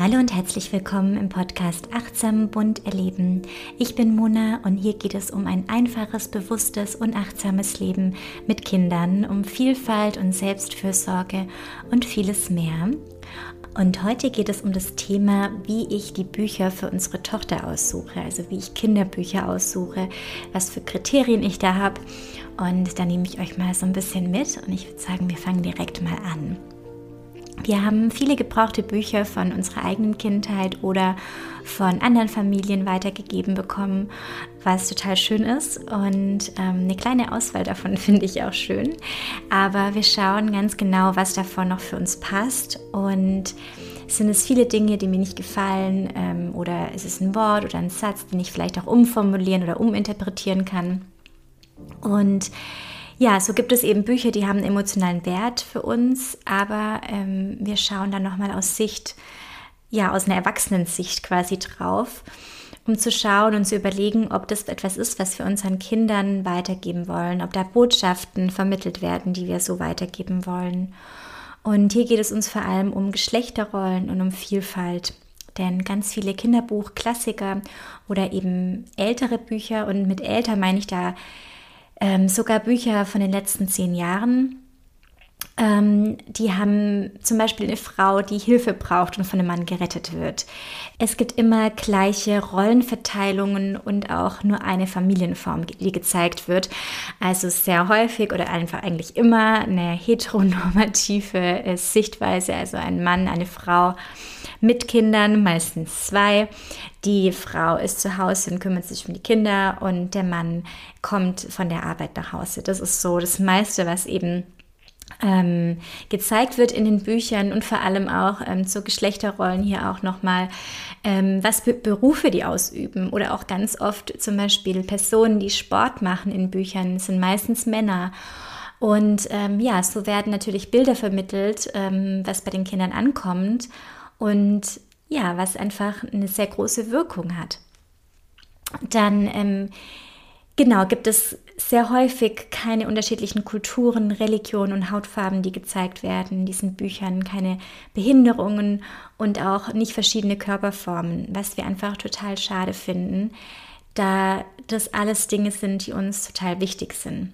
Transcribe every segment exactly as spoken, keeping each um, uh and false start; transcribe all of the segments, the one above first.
Hallo und herzlich willkommen im Podcast Achtsam bunt erleben. Ich bin Mona und hier geht es um ein einfaches, bewusstes und achtsames Leben mit Kindern, um Vielfalt und Selbstfürsorge und vieles mehr. Und heute geht es um das Thema, wie ich die Bücher für unsere Tochter aussuche, also wie ich Kinderbücher aussuche, was für Kriterien ich da habe. Und da nehme ich euch mal so ein bisschen mit und ich würde sagen, wir fangen direkt mal an. Wir haben viele gebrauchte Bücher von unserer eigenen Kindheit oder von anderen Familien weitergegeben bekommen, was total schön ist, und ähm, eine kleine Auswahl davon finde ich auch schön. Aber wir schauen ganz genau, was davon noch für uns passt, und sind es viele Dinge, die mir nicht gefallen, ähm, oder ist es ein Wort oder ein Satz, den ich vielleicht auch umformulieren oder uminterpretieren kann. Und ja, so gibt es eben Bücher, die haben einen emotionalen Wert für uns, aber ähm, wir schauen dann nochmal aus Sicht, ja, aus einer Erwachsenensicht quasi drauf, um zu schauen und zu überlegen, ob das etwas ist, was wir unseren Kindern weitergeben wollen, ob da Botschaften vermittelt werden, die wir so weitergeben wollen. Und hier geht es uns vor allem um Geschlechterrollen und um Vielfalt. Denn ganz viele Kinderbuchklassiker oder eben ältere Bücher, und mit älter meine ich da Ähm, sogar Bücher von den letzten zehn Jahren, ähm, die haben zum Beispiel eine Frau, die Hilfe braucht und von einem Mann gerettet wird. Es gibt immer gleiche Rollenverteilungen und auch nur eine Familienform, die gezeigt wird. Also sehr häufig oder einfach eigentlich immer eine heteronormative äh, Sichtweise, also ein Mann, eine Frau mit Kindern, meistens zwei. Die Frau ist zu Hause und kümmert sich um die Kinder und der Mann kommt von der Arbeit nach Hause. Das ist so das meiste, was eben ähm, gezeigt wird in den Büchern, und vor allem auch ähm, zu Geschlechterrollen hier auch nochmal, ähm, was Be- Berufe die ausüben, oder auch ganz oft zum Beispiel Personen, die Sport machen in Büchern, sind meistens Männer. Und ähm, ja, so werden natürlich Bilder vermittelt, ähm, was bei den Kindern ankommt. Und ja, was einfach eine sehr große Wirkung hat. Dann, ähm, genau, gibt es sehr häufig keine unterschiedlichen Kulturen, Religionen und Hautfarben, die gezeigt werden in diesen Büchern, keine Behinderungen und auch nicht verschiedene Körperformen, was wir einfach total schade finden, da das alles Dinge sind, die uns total wichtig sind.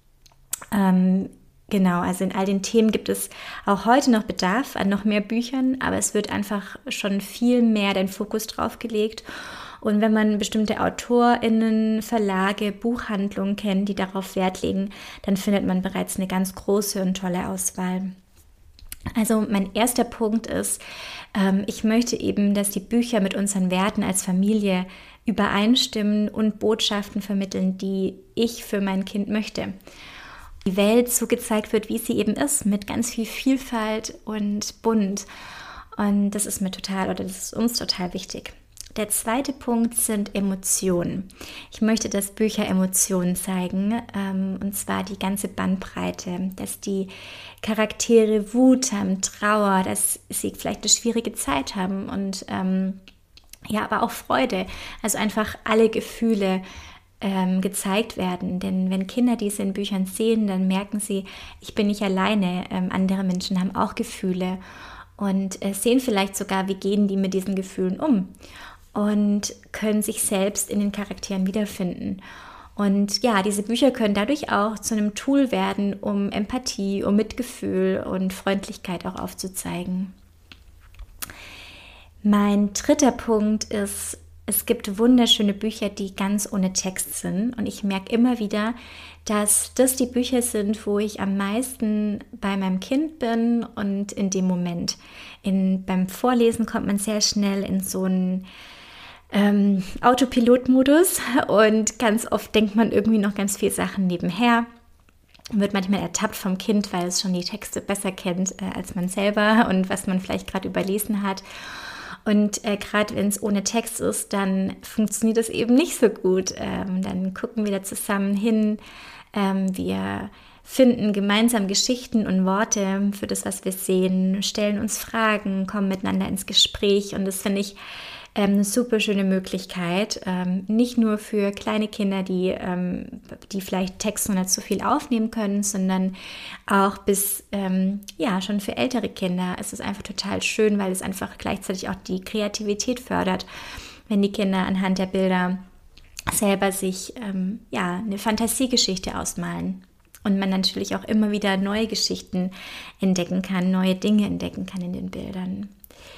Ähm, Genau, also in all den Themen gibt es auch heute noch Bedarf an noch mehr Büchern, aber es wird einfach schon viel mehr den Fokus drauf gelegt. Und wenn man bestimmte AutorInnen, Verlage, Buchhandlungen kennt, die darauf Wert legen, dann findet man bereits eine ganz große und tolle Auswahl. Also mein erster Punkt ist, ähm, ich möchte eben, dass die Bücher mit unseren Werten als Familie übereinstimmen und Botschaften vermitteln, die ich für mein Kind möchte. Die Welt so gezeigt wird, wie sie eben ist, mit ganz viel Vielfalt und bunt. Und das ist mir total, oder das ist uns total wichtig. Der zweite Punkt sind Emotionen. Ich möchte, dass Bücher Emotionen zeigen, ähm, und zwar die ganze Bandbreite, dass die Charaktere Wut haben, Trauer, dass sie vielleicht eine schwierige Zeit haben und ähm, ja, aber auch Freude. Also einfach alle Gefühle Ähm, gezeigt werden. Denn wenn Kinder diese in Büchern sehen, dann merken sie, ich bin nicht alleine, ähm, andere Menschen haben auch Gefühle und äh, sehen vielleicht sogar, wie gehen die mit diesen Gefühlen um, und können sich selbst in den Charakteren wiederfinden. Und ja, diese Bücher können dadurch auch zu einem Tool werden, um Empathie, um Mitgefühl und Freundlichkeit auch aufzuzeigen. Mein dritter Punkt ist, es gibt wunderschöne Bücher, die ganz ohne Text sind, und ich merke immer wieder, dass das die Bücher sind, wo ich am meisten bei meinem Kind bin und in dem Moment. In, beim Vorlesen kommt man sehr schnell in so einen ähm, Autopilot-Modus, und ganz oft denkt man irgendwie noch ganz viele Sachen nebenher. Wird manchmal ertappt vom Kind, weil es schon die Texte besser kennt äh, als man selber und was man vielleicht gerade überlesen hat. Und äh, gerade wenn es ohne Text ist, dann funktioniert das eben nicht so gut. Ähm, dann gucken wir da zusammen hin. Ähm, wir finden gemeinsam Geschichten und Worte für das, was wir sehen, stellen uns Fragen, kommen miteinander ins Gespräch. Und das finde ich ähm, eine super schöne Möglichkeit, ähm, nicht nur für kleine Kinder, die, ähm, die vielleicht Text noch nicht so viel aufnehmen können, sondern auch bis, ähm, ja, schon für ältere Kinder. Es ist einfach total schön, weil es einfach gleichzeitig auch die Kreativität fördert, wenn die Kinder anhand der Bilder selber sich ähm, ja, eine Fantasiegeschichte ausmalen. Und man natürlich auch immer wieder neue Geschichten entdecken kann, neue Dinge entdecken kann in den Bildern.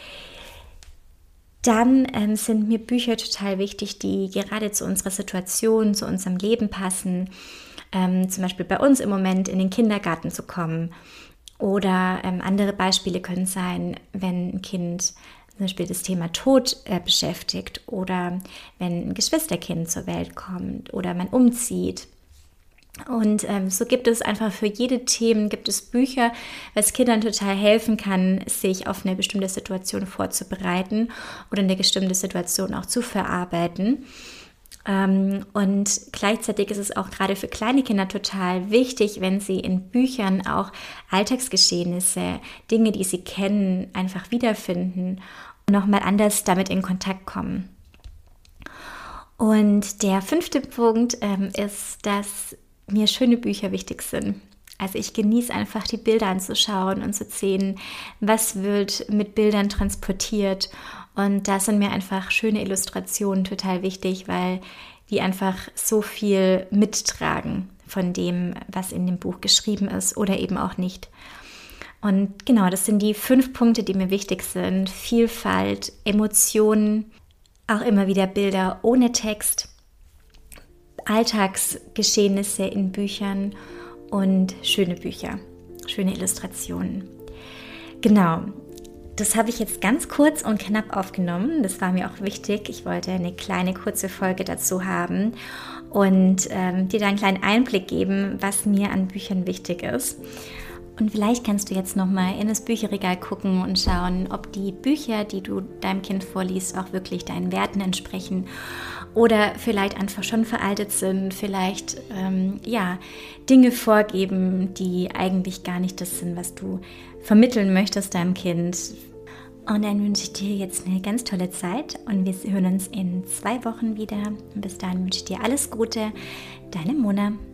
Dann ähm, sind mir Bücher total wichtig, die gerade zu unserer Situation, zu unserem Leben passen. Ähm, zum Beispiel bei uns im Moment in den Kindergarten zu kommen. Oder ähm, andere Beispiele können sein, wenn ein Kind zum Beispiel das Thema Tod äh, beschäftigt oder wenn ein Geschwisterkind zur Welt kommt oder man umzieht. Und ähm, so gibt es einfach für jede Themen gibt es Bücher, was Kindern total helfen kann, sich auf eine bestimmte Situation vorzubereiten oder eine bestimmte Situation auch zu verarbeiten. Ähm, und gleichzeitig ist es auch gerade für kleine Kinder total wichtig, wenn sie in Büchern auch Alltagsgeschehnisse, Dinge, die sie kennen, einfach wiederfinden und nochmal anders damit in Kontakt kommen. Und der fünfte Punkt ähm, ist, dass mir schöne Bücher wichtig sind. Also ich genieße einfach die Bilder anzuschauen und zu sehen, was wird mit Bildern transportiert. Und da sind mir einfach schöne Illustrationen total wichtig, weil die einfach so viel mittragen von dem, was in dem Buch geschrieben ist oder eben auch nicht. Und genau, das sind die fünf Punkte, die mir wichtig sind. Vielfalt, Emotionen, auch immer wieder Bilder ohne Text, Alltagsgeschehnisse in Büchern und schöne Bücher, schöne Illustrationen. Genau, das habe ich jetzt ganz kurz und knapp aufgenommen. Das war mir auch wichtig. Ich wollte eine kleine, kurze Folge dazu haben und ähm, dir da einen kleinen Einblick geben, was mir an Büchern wichtig ist. Und vielleicht kannst du jetzt nochmal in das Bücherregal gucken und schauen, ob die Bücher, die du deinem Kind vorliest, auch wirklich deinen Werten entsprechen oder vielleicht einfach schon veraltet sind, vielleicht ähm, ja, Dinge vorgeben, die eigentlich gar nicht das sind, was du vermitteln möchtest deinem Kind. Und dann wünsche ich dir jetzt eine ganz tolle Zeit und wir hören uns in zwei Wochen wieder. Und bis dahin wünsche ich dir alles Gute, deine Mona.